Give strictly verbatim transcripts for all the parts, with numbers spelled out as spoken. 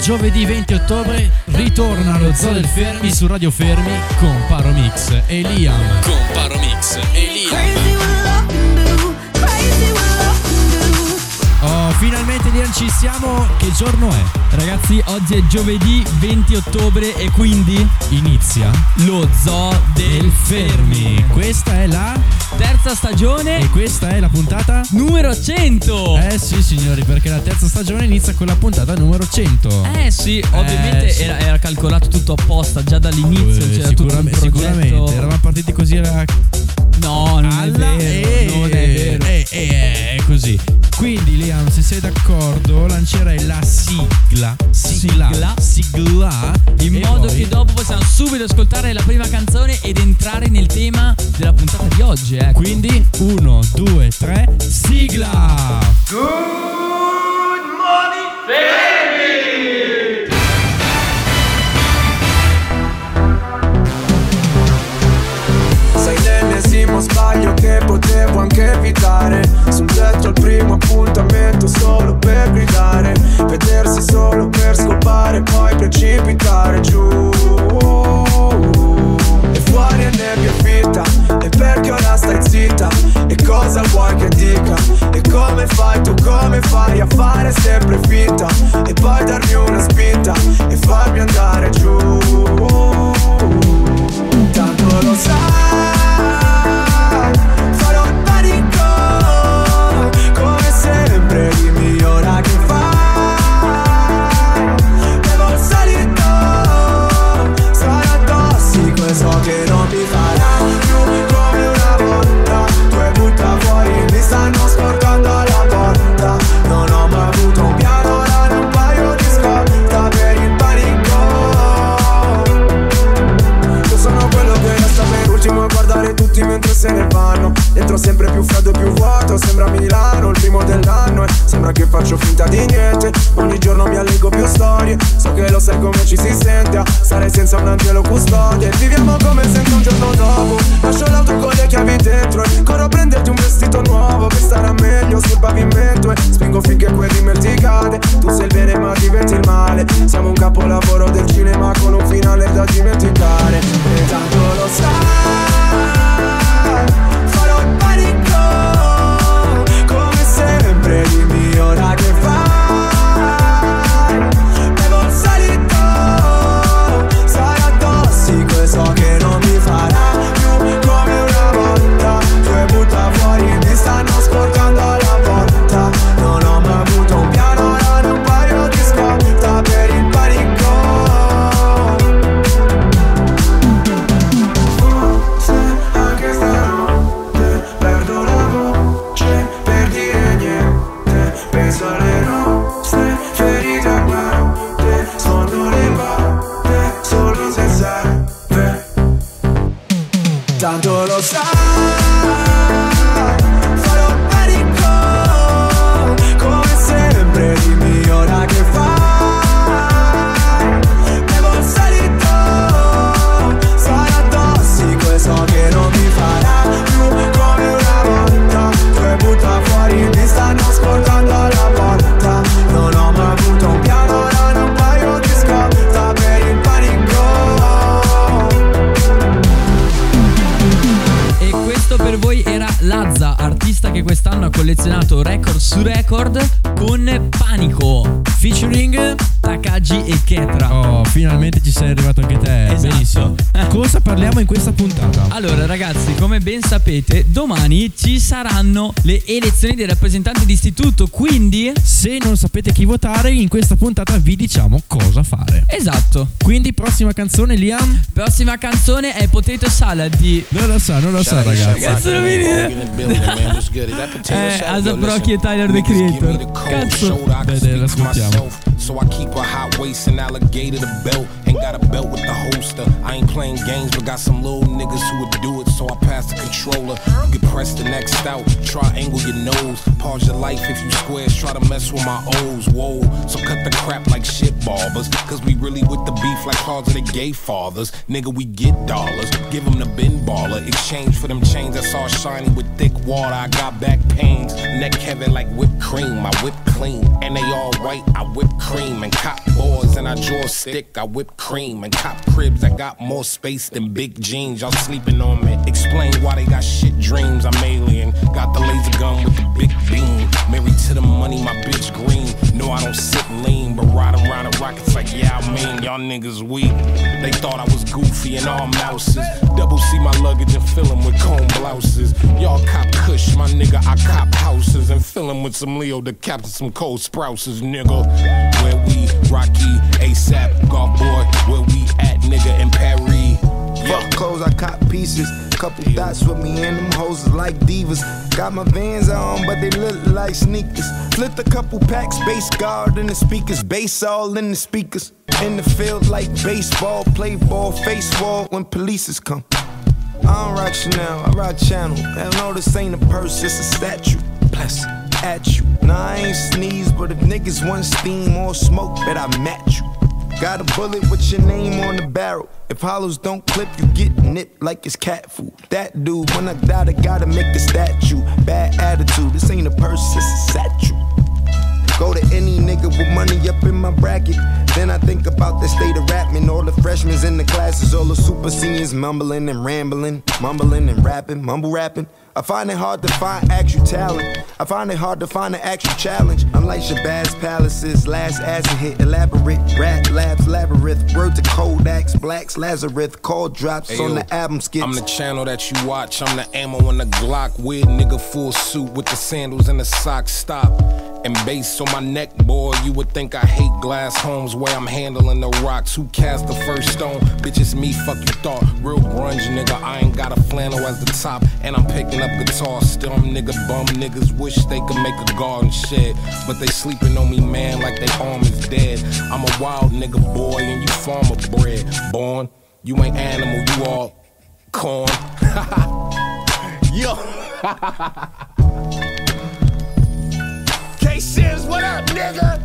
giovedì venti ottobre ritorna lo Zoo del Fermi su Radio Fermi con Paromix e Liam. Con Paromix e Liam. Oh, finalmente Liam, ci siamo. Che giorno è? Ragazzi, oggi è giovedì venti ottobre e quindi inizia lo Zoo del, del Fermi. Questa è la terza stagione e questa è la puntata numero cento. Eh sì signori, perché la terza stagione inizia con la puntata numero cento. Eh sì, ovviamente eh, sì. Era, era calcolato tutto apposta già dall'inizio. eh, c'era sicuramente, tutto un progetto. sicuramente eravamo partiti così era... No, non Alla... è vero, eh, non è vero. Eh, eh, è così. Quindi Liam, se sei d'accordo, lancerei la sigla Sigla Sigla, sigla in modo poi... che dopo possiamo subito ascoltare la prima canzone ed entrare nel tema della puntata di oggi, ecco. Quindi uno, due, tre, sigla. Good morning, baby. Sei l'ennesimo sbaglio che potevo anche evitare. Sul letto al primo appuntamento solo per gridare, vedersi solo per scopare, poi precipitare giù. E fuori è nebbia fitta, e perché ora stai zitta? E cosa vuoi che dica? E come fai tu, come fai a fare sempre finta? E poi darmi una spinta e farmi andare giù. Tanto lo sai, farò il panico, come sempre dimmi ora che fai. Bevo il solito, sarà tossico e so che non mi farà più come una volta. Tu e butta fuori, mi stanno sporcando la porta. Non ho mai avuto un piano, ora un paio di scorta per il panico. Io sono quello che resta per ultimo a guardare tutti mentre se ne vanno. Dentro sempre più freddo e più vuoto, sembra Milano il primo dell'anno. E sembra che faccio finta di niente, ogni giorno mi allego più storie. So che lo sai come ci si sente a stare senza un angelo custode. Viviamo come senza un giorno dopo, lascio l'auto con le chiavi dentro e corro a prenderti un vestito nuovo per stare meglio sul pavimento. E spingo finché quel rimel ti cade. Tu sei il bene ma diventi il male. Siamo un capolavoro del cinema con un finale da dimenticare. E tanto lo sai, farò il panico, come sempre dimmi ora che fai. Bevo il solito, sarà tossico e so che non mi farà più come una volta. Tu e butta fuori, mi stanno sporcando la porta. Non ho mai avuto un piano, ora un paio di scorta per il panico. Anche stanotte perdo la voce per dire niente. Penso alle nostre ferite a guante, sfondo le porte solo se serve. Tanto lo sai, farò il panico, come sempre dimmi ora che fai. Bevo il solito, sarà tossico e so che non mi farà più come una volta. Tu e butta fuori, mi stanno sporcando la porta. Non ho mai avuto un piano, ora un paio di scorta per il panico. E questo per voi era Lazza, artista che quest'anno ha collezionato record su record con Panico featuring Takagi e Ketra. Oh, finalmente ci sei arrivato anche te. Esatto. Benissimo. Cosa parliamo in questa puntata? Allora ragazzi, come ben sapete, domani ci saranno le elezioni dei rappresentanti d'istituto, quindi se non sapete chi votare, in questa puntata vi diciamo cosa fare. esatto. Quindi prossima canzone, Liam? Prossima canzone è Potato Salad di Non lo sa, non lo sa ragazzi. Cazzo non mi viene. Eh, Asap Rocky e Tyler the Creator. Cazzo. Bene, l'ascoltiamo. So I keep a hot waist and alligator the belt. Ain't got a belt with the holster. I ain't playing games, but got some little niggas who would do it, so I pass the controller. You can press the next out, triangle your nose. Pause your life if you squares, try to mess with my O's. Whoa, so cut the crap like shit barbers. Cause we really with the beef like cars of the gay fathers. Nigga, we get dollars, give them the bin baller. Exchange for them chains that's all shiny with thick water. I got back pains, neck heavy like whipped cream. I whip clean, and they all white, I whip cream. And cop boards and I draw a stick, I whip cream. And cop cribs, I got more space than big jeans. Y'all sleeping on me, explain why they got shit dreams. I'm alien, got the laser gun with the big beam. Married to the money, my bitch green. No, I don't sit lean, but ride around the rockets like, yeah, I mean, y'all niggas weak. They thought I was goofy and all mouses. Double C my luggage and fill them with comb blouses. Y'all cop kush, my nigga, I cop houses. And fill them with some Leo to captain some cold sprouses, nigga. Where we, Rocky, ASAP, golf boy, where we at, nigga, in Paris. Fuck clothes, I cop pieces. Couple dots with me and them hoes is like divas. Got my Vans on, but they look like sneakers. Flipped a couple packs, bass guard in the speakers. Bass all in the speakers. In the field like baseball, play ball, face wall when polices come. I don't rock Chanel, I rock Channel. Hell no, this ain't a purse, it's a statue. Bless at you. Nah, I ain't sneeze, but if niggas want steam or smoke, bet I match you. Got a bullet with your name on the barrel. If hollows don't clip, you get nipped like it's cat food. That dude, when I die, I gotta make a statue. Bad attitude, this ain't a purse, it's a statue. Go to any nigga with money up in my bracket. Then I think about the state of rapping. All the freshmen in the classes, all the super seniors mumbling and rambling, mumbling and rapping, mumble rapping. I find it hard to find actual talent. I find it hard to find an actual challenge. I'm like Shabazz Palaces, last acid hit, elaborate, rap labs, labyrinth, word to Kodaks, Blacks, Lazarus, call drops hey, on yo, the album skits. I'm the channel that you watch, I'm the ammo on the Glock. Weird nigga full suit with the sandals and the socks, stop. And bass on my neck, boy, you would think I hate glass homes where I'm handling the rocks. Who cast the first stone? Bitch, it's me, fuck you thought. Real grunge, nigga, I ain't got a flannel as the top. And I'm picking up guitar, still I'm nigga bum. Niggas wish they could make a garden shed, but they sleeping on me, man, like they arm is dead. I'm a wild nigga, boy, and you farmer bred. Born, you ain't animal, you all corn. Yo. K-Sims, what up, nigga?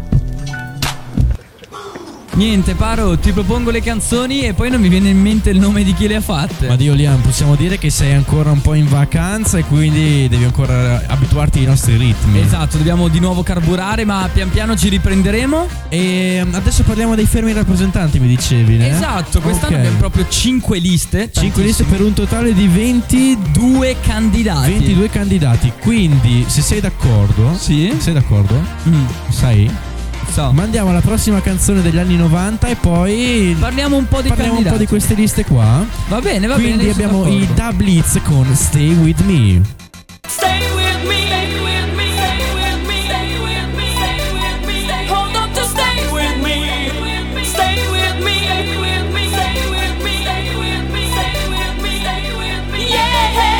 Niente, Paro, ti propongo le canzoni e poi non mi viene in mente il nome di chi le ha fatte. Ma Dio, Liam, possiamo dire che sei ancora un po' in vacanza e quindi devi ancora abituarti ai nostri ritmi. Esatto, dobbiamo di nuovo carburare, ma pian piano ci riprenderemo. E adesso parliamo dei fermi rappresentanti, mi dicevi, né? Esatto, quest'anno okay. abbiamo proprio cinque liste. cinque liste per un totale di ventidue candidati. ventidue candidati. Quindi, se sei d'accordo, sì. Sei d'accordo? Mm. Sai? So. Mandiamo alla prossima canzone degli anni novanta e poi parliamo un po' di parliamo candidati. un po' di queste liste qua. Va bene, va Quindi bene. Quindi abbiamo i Da Blitz con Stay With Me. Stay with me, stay with me, stay with me, stay with me, stay with me. Hold on to stay with me, stay with me, stay with me, stay with me, stay with me, stay with me, stay with me. Yeah.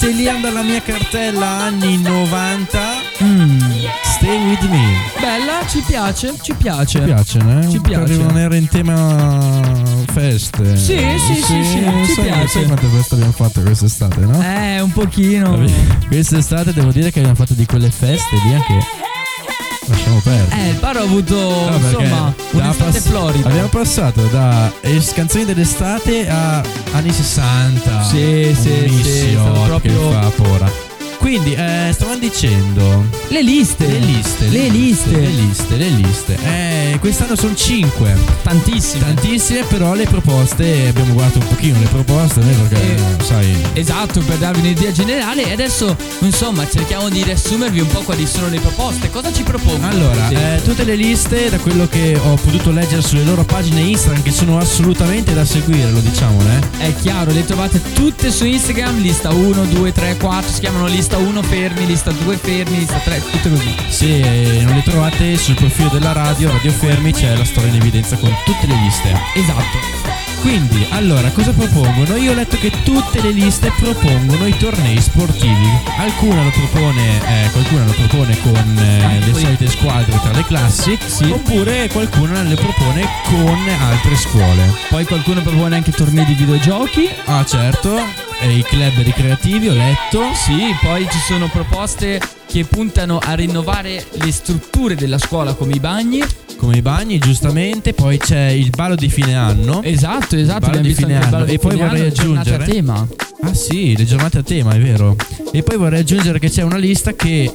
Niente, Liam dalla mia cartella anni novanta. Mm. Stay with me. Bella, ci piace, ci piace. Ci piace, eh? Ci piace. Per rimanere in tema feste. Sì, sì, sì, sì, ci sai, piace. sai quante feste abbiamo fatto quest'estate, no? Eh, un pochino. Quest'estate devo dire che abbiamo fatto di quelle feste lì anche. Lasciamo perdere. Eh, il Paro ha avuto, No, insomma, da un'estate pass- florida. Abbiamo passato da es- canzoni dell'estate a anni sessanta. Sì, sì, Un sì, missio stavo proprio- che fa pora. Quindi eh, stavamo dicendo Le liste. le liste, Le liste. le liste, le liste. Eh, quest'anno sono cinque. Tantissime. Tantissime, però le proposte abbiamo guardato un pochino le proposte, noi perché Eh, sai. Esatto, per darvi un'idea generale. E adesso, insomma, cerchiamo di riassumervi un po' quali sono le proposte. Cosa ci propongono? Allora, per esempio? eh, tutte le liste, da quello che ho potuto leggere sulle loro pagine Instagram, che sono assolutamente da seguire, lo diciamo, eh? È chiaro, le trovate tutte su Instagram. Lista uno, due, tre, quattro. Si chiamano lista uno fermi, lista due fermi, lista tre, tutte così. Se eh, non le trovate sul profilo della radio, Radio Fermi, c'è la storia in evidenza con tutte le liste. Esatto. Quindi, allora, cosa propongono? Io ho letto che tutte le liste propongono i tornei sportivi. Alcuna lo propone, eh, qualcuna lo propone con eh, le poi- solite squadre tra le classi, Sì. oppure qualcuna le propone con altre scuole. Poi qualcuno propone anche tornei di videogiochi. Ah, certo, e i club ricreativi, ho letto. Sì, poi ci sono proposte che puntano a rinnovare le strutture della scuola come i bagni. Come i bagni, giustamente. Poi c'è il ballo di fine anno. Esatto, esatto, ballo abbiamo di visto fine anche il ballo anno. di E poi fine vorrei anno, giornate aggiungere- a tema. Ah sì, le giornate a tema, è vero. E poi vorrei aggiungere che c'è una lista che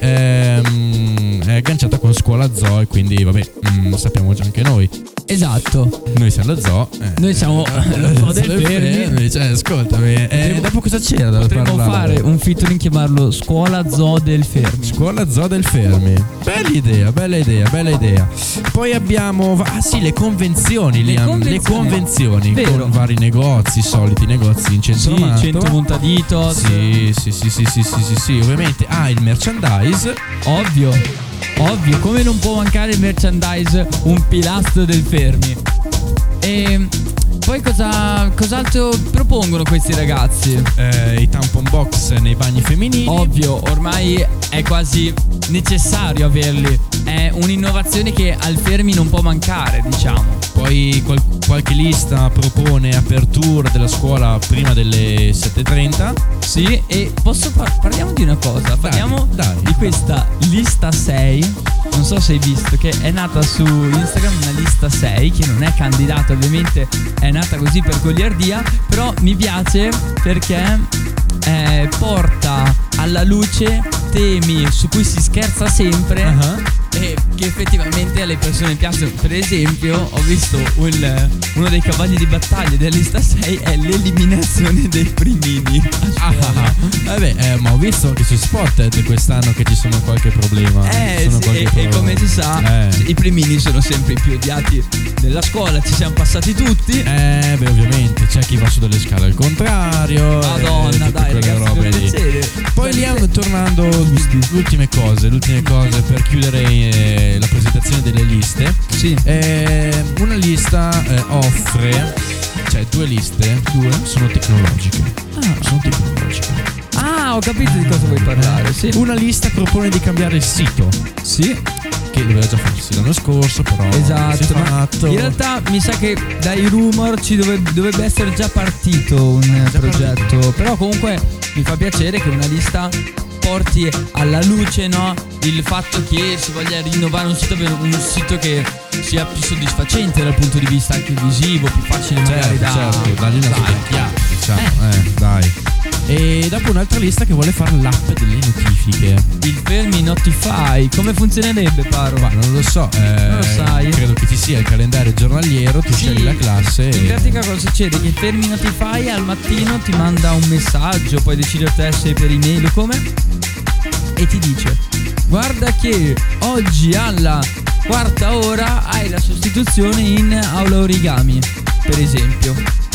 ehm, è agganciata con Scuola Zoo, e quindi vabbè, mm, sappiamo già anche noi. Esatto. Noi siamo lo zoo. eh. Noi siamo lo zoo del Fermi. Cioè, ascoltami. Eh, Potremmo- dopo cosa c'era da Potremmo parlare? fare un featuring, chiamarlo Scuola Zoo del Fermi. Scuola Zoo del Fermi. Bella idea, bella idea, bella idea. Poi abbiamo. Ah sì, le convenzioni, Le Liam, convenzioni. le convenzioni Vero. con vari negozi, soliti negozi in Sì, centromato. Centro Montadito. Sì, sì, sì, sì, sì, sì, sì, sì, ovviamente ha il merchandise. Ovvio, ovvio, come non può mancare il merchandise, un pilastro del Fermi. E poi cosa, cos'altro propongono questi ragazzi? eh, I tampon box nei bagni femminili. Ovvio, ormai è quasi necessario averli. È un'innovazione che al Fermi non può mancare, diciamo. Poi qual- qualche lista propone apertura della scuola prima delle sette e trenta. Sì, e posso par- parliamo di una cosa. Parliamo dai. di questa lista sei. Non so se hai visto che è nata su Instagram una lista sei, che non è candidata, ovviamente è nata così per goliardia, però mi piace perché eh, porta alla luce temi su cui si scherza sempre. Ah. E che effettivamente alle persone piacciono. Per esempio, ho visto un- uno dei cavalli di battaglia della lista sei è l'eliminazione dei primini a Ah, scuola. vabbè, eh, ma ho visto anche su Spotted quest'anno che ci sono qualche problema. Eh, Ci sono sì, qualche e, e problema. come si sa, Eh. i primini sono sempre i più odiati della scuola. Ci siamo passati tutti. Eh, beh, ovviamente c'è chi va su delle scale al contrario. Madonna, eh, tutte dai, quelle ragazzi, robe per lì. piacere. Poi lì hanno tornando le ultime cose, le ultime cose per chiudere eh, la presentazione delle liste. Sì. Eh, una lista eh, offre, cioè due liste, due sono tecnologiche. Ah. Sono tecnologiche. Ah, ho capito di cosa vuoi parlare. Sì. Una lista propone di cambiare il sito, Sì, che doveva già farsi l'anno scorso, però non si è esatto. ma fatto. in realtà mi sa che dai rumor ci dovrebbe, dovrebbe essere già partito un Già progetto. Però comunque mi fa piacere che una lista porti alla luce, no, il fatto che si voglia rinnovare un sito per un sito che sia più soddisfacente dal punto di vista anche visivo, più facile magari Certo, da certo, dagli una usare. svecchiata, diciamo, eh. dai. E dopo un'altra lista che vuole fare l'app delle notifiche. Il Fermi Notify, come funzionerebbe, Paro? Ma non lo so, eh, Non lo sai? credo che ci sia il calendario giornaliero, tu Sì. scegli la classe In e... pratica cosa succede? Che il Fermi Notify al mattino ti manda un messaggio, puoi decidere te se per email o come, e ti dice: guarda che oggi alla quarta ora hai la sostituzione in aula origami, per esempio.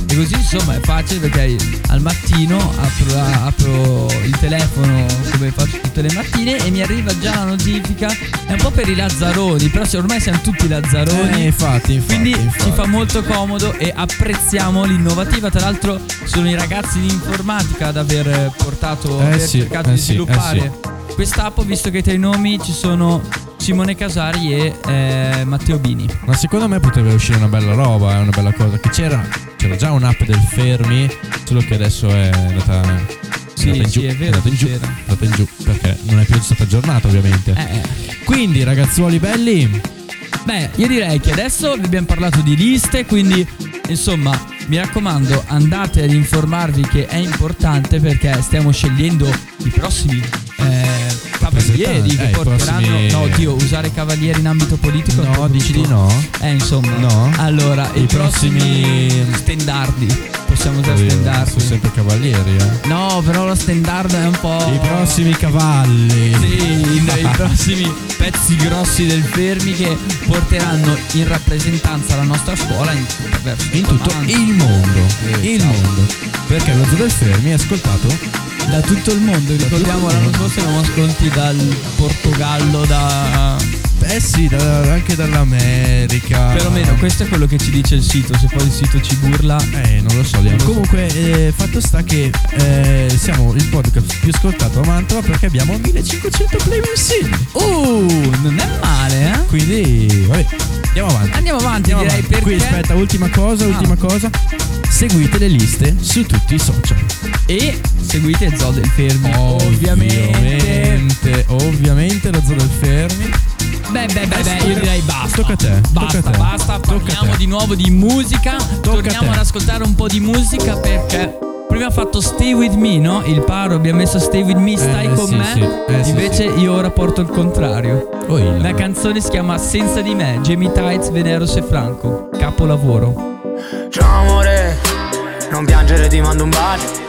E così insomma è facile perché al mattino apro, la- apro il telefono come faccio tutte le mattine e mi arriva già la notifica. È un po' per i lazzaroni, però se ormai siamo tutti lazzaroni. Eh, infatti, infatti, Quindi infatti. ci fa molto comodo e apprezziamo l'innovativa. Tra l'altro sono i ragazzi di informatica ad aver portato, Eh aver sì, cercato eh di sì, sviluppare eh quest'app, visto che tra i nomi ci sono Simone Casari e eh, Matteo Bini. Ma secondo me potrebbe uscire una bella roba, è una bella cosa. Che c'era, c'era già un'app del Fermi, solo che adesso è andata, Sì, è andata in sì, giù, è vero andata in che giù, c'era. è andata in giù perché non è più stata aggiornata ovviamente. Eh, eh. Quindi ragazzuoli belli, Beh, io direi che adesso vi abbiamo parlato di liste, quindi insomma mi raccomando andate ad informarvi, che è importante perché stiamo scegliendo i prossimi eh, cavalieri che Eh, i porteranno. prossimi- No, oddio, usare cavalieri in ambito politico è un no, po' dici brutto. di no? Eh, insomma. No. Allora, i, I prossimi, prossimi- stendardi. Possiamo usare Sono stendardi. sempre cavalieri, eh. No, però lo stendardo è un po'. I prossimi cavalli. Sì, i, i prossimi pezzi grossi del Fermi che porteranno in rappresentanza la nostra scuola in, verso In tutto avanti. il mondo, Eh, il ciao. mondo. Perché lo Zoo del Fermi è ascoltato Da tutto il mondo. Ricordiamo tutto il l'anno mondo. scorso eravamo ascolti dal Portogallo, da. Eh sì, da- anche dall'America. Perlomeno questo è quello che ci dice il sito. Se poi il sito ci burla. Eh, non lo so, Liam. Non lo so. Comunque, eh, fatto sta che eh, siamo il podcast più ascoltato a Mantova perché abbiamo millecinquecento play mensili. Uh, non è male, eh? Quindi, vabbè, andiamo avanti. Andiamo avanti, Andiamo direi, avanti. perché. Qui aspetta, ultima cosa, ultima Ah. cosa. Seguite le liste su tutti i social. E seguite Zoo del Fermi. Ovviamente. Ovviamente, ovviamente lo Zoo del Fermi. Beh, beh, beh, beh, io direi basta. Tocca a te, Basta, tocca a te. basta. Tocca a Parliamo te. di nuovo di musica. a Torniamo te. ad ascoltare un po' di musica perché prima ha fatto Stay With Me, no? Il Paro abbiamo messo Stay With Me, stai Eh, con sì, me. sì. Eh, sì, Invece io ora porto il contrario. Oh, il- La canzone si chiama Senza di me, Jamie Tights, Veneros e Franco. Capolavoro. Ciao amore, non piangere, ti mando un bacio.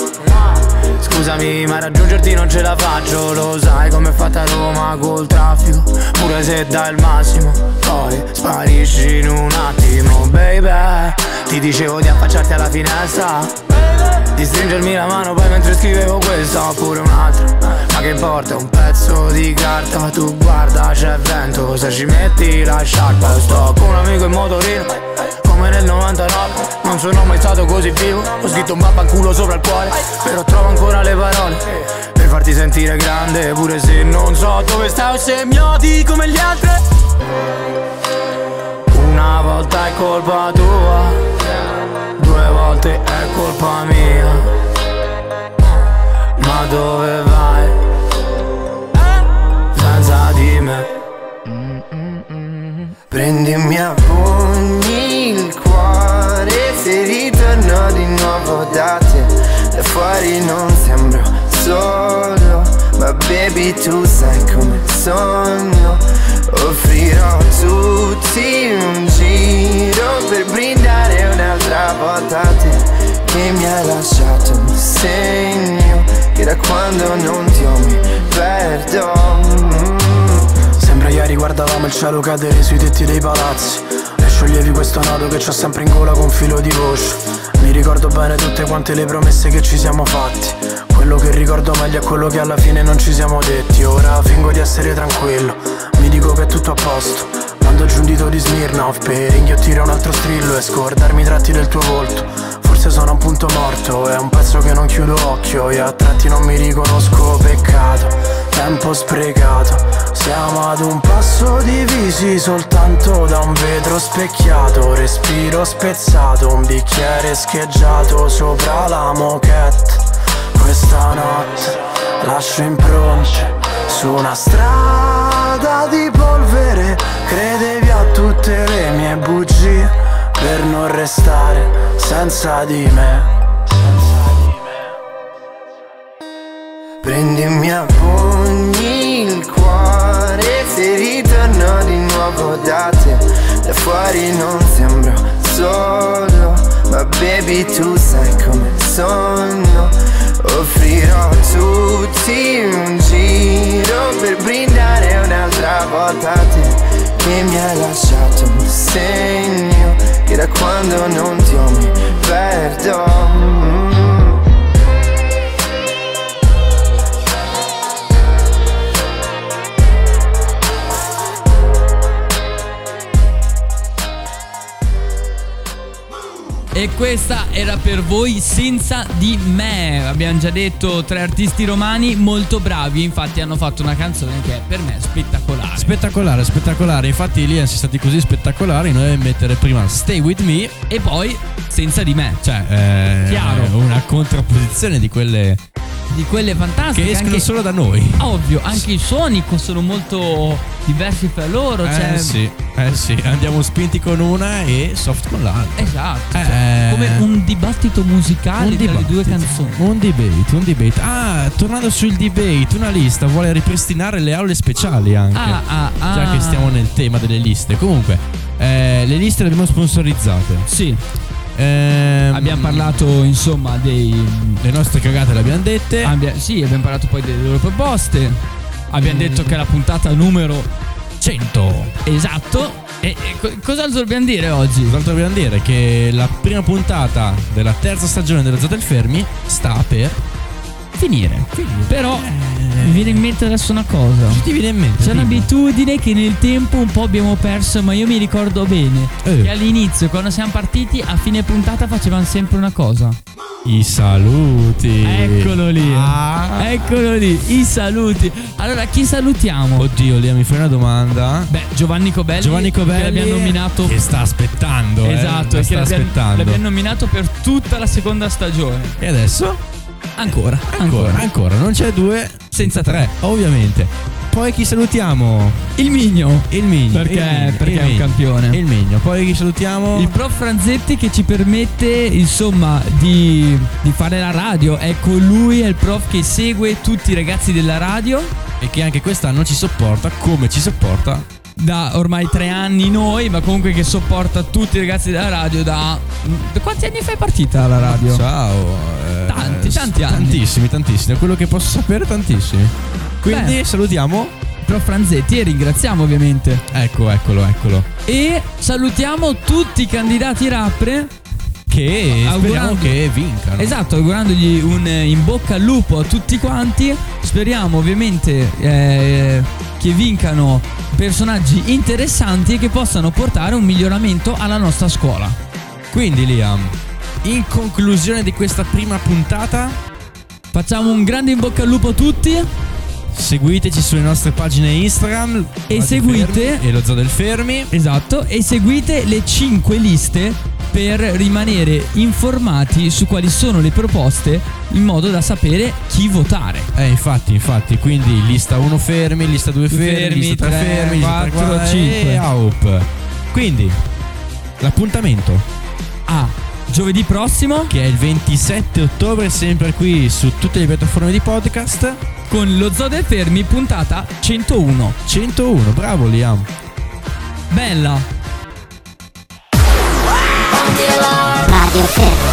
Scusami, ma raggiungerti non ce la faccio. Lo sai com'è fatta Roma col traffico. Pure se dai il massimo, poi sparisci in un attimo, baby. Ti dicevo di affacciarti alla finestra, di stringermi la mano poi mentre scrivevo questa oppure un'altra. Ma che importa, un pezzo di carta. Tu guarda, c'è vento, se ci metti la sciarpa. Sto con un amico in motorino come nel novantanove, non sono mai stato così vivo. Ho scritto un vaffanculo sopra il cuore, però trovo ancora le parole per farti sentire grande, pure se non so dove stai o se mi odi come gli altri. Una volta è colpa tua, due volte è colpa mia. Ma dove vai senza di me? Prendimi a pugni il cuore se ritorno di nuovo da te. Da fuori non sembro solo, ma baby tu sai come sono. Offrirò tutti un giro per brindare un'altra volta a te, che mi hai lasciato un segno che da quando non ti ho mi perdo. Sembra ieri guardavamo il cielo cadere sui tetti dei palazzi e scioglievi questo nodo che c'ho sempre in gola con filo di voce. Mi ricordo bene tutte quante le promesse che ci siamo fatti. Quello che ricordo meglio è quello che alla fine non ci siamo detti. Ora fingo di essere tranquillo, mi dico che è tutto a posto. Mando giù un dito di Smirnoff per inghiottire un altro strillo e scordarmi i tratti del tuo volto. Forse sono a un punto morto, è un pezzo che non chiudo occhio e a tratti non mi riconosco, peccato, tempo sprecato. Siamo ad un passo divisi soltanto da un vetro specchiato. Respiro spezzato, un bicchiere scheggiato sopra la moquette. Questa notte lascio impronte su una strada di polvere. Credevi a tutte le mie bugie per non restare senza di me. Prendimi a pugni il cuore se ritorno di nuovo da te. Da fuori non sembro solo, ma baby tu sai come sono. Offrirò tutti un giro per brindare un'altra volta a te, che mi hai lasciato un segno che da quando non ti ho mi perdo. mm. E questa era per voi Senza di me. Abbiamo già detto tre artisti romani molto bravi. Infatti hanno fatto una canzone che è per me spettacolare. Spettacolare, spettacolare. Infatti lì siamo stati così spettacolari. Noi dobbiamo mettere prima Stay With Me e poi Senza di me. Cioè eh, Chiaro. una contrapposizione di quelle Di quelle fantastiche che escono anche, solo da noi. ovvio, anche i suoni sono molto diversi fra loro. Eh Cioè, sì, eh sì, andiamo spinti con una e soft con l'altra. esatto, Eh, cioè, come un dibattito musicale Un tra le dibattito. due canzoni. Un debate, un debate. Ah, tornando sul debate, una lista vuole ripristinare le aule speciali anche. Ah, ah, ah. Già che stiamo nel tema delle liste. Comunque, eh, le liste le abbiamo sponsorizzate. Sì, Ehm, abbiamo parlato insomma dei Le nostre cagate le abbiamo dette. abbia- sì, abbiamo parlato poi delle loro proposte. Abbiamo Mm. detto che è la puntata numero cento. esatto. E, e co- cos'altro dobbiamo dire oggi? Cos'altro dobbiamo dire? Che la prima puntata della terza stagione dello Zoo del Fermi sta per Finire. Però mi viene in mente adesso una cosa. Cosa ti viene in mente? C'è Dimmi. un'abitudine che nel tempo un po' abbiamo perso, ma io mi ricordo bene Eh. che all'inizio, quando siamo partiti, a fine puntata facevano sempre una cosa. I saluti. Eccolo lì. Ah. Eccolo lì, i saluti. Allora, chi salutiamo? Oddio, Lia, mi fai una domanda? Beh, Giovanni Cobelli. Giovanni Cobelli che l'abbiamo nominato. che sta aspettando. eh, Esatto, la e che sta l'abbiamo, aspettando. l'abbiamo nominato per tutta la seconda stagione. E adesso? Ancora, Ancora, ancora, non c'è due Senza tre. ovviamente. Poi chi salutiamo? Il Migno. Il Migno. Perché- il Migno, perché il è un Migno, campione. Il Migno. Poi chi salutiamo? Il prof Franzetti che ci permette insomma di, di fare la radio. Ecco, lui è il prof che segue tutti i ragazzi della radio E che anche quest'anno ci sopporta come ci sopporta. da ormai tre anni noi, ma comunque che sopporta tutti i ragazzi della radio da... da quanti anni fai partita la radio? Ciao. eh, Tanti, tanti anni. Tantissimi, tantissimi. Da quello che posso sapere, tantissimi. Quindi Beh. salutiamo. Prof Franzetti e ringraziamo ovviamente. Ecco, eccolo, eccolo. E salutiamo tutti i candidati rapper. Che speriamo Augurando- che vincano. Esatto, augurandogli un eh, in bocca al lupo a tutti quanti. Speriamo ovviamente eh, che vincano personaggi interessanti e che possano portare un miglioramento alla nostra scuola. Quindi, Liam, in conclusione di questa prima puntata, Facciamo un grande in bocca al lupo a tutti. seguiteci sulle nostre pagine Instagram E Zoo seguite- Fermi e lo Zoo del Fermi. Esatto, e seguite le cinque liste per rimanere informati su quali sono le proposte in modo da sapere chi votare. Eh, infatti, infatti, quindi lista uno fermi, lista due fermi, Fermi, lista tre tre, fermi, lista tre quattro, qua- cinque. e aup. Quindi, l'appuntamento A giovedì prossimo che è il ventisette ottobre, sempre qui su tutte le piattaforme di podcast. con lo Zoo del Fermi puntata centouno. centouno, bravo Liam. Bella. Radio Fermo.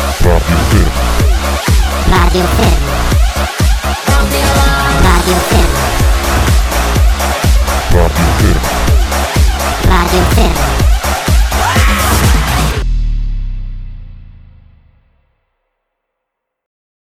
Radio Fermo. Radio Fermo. Radio Fermo.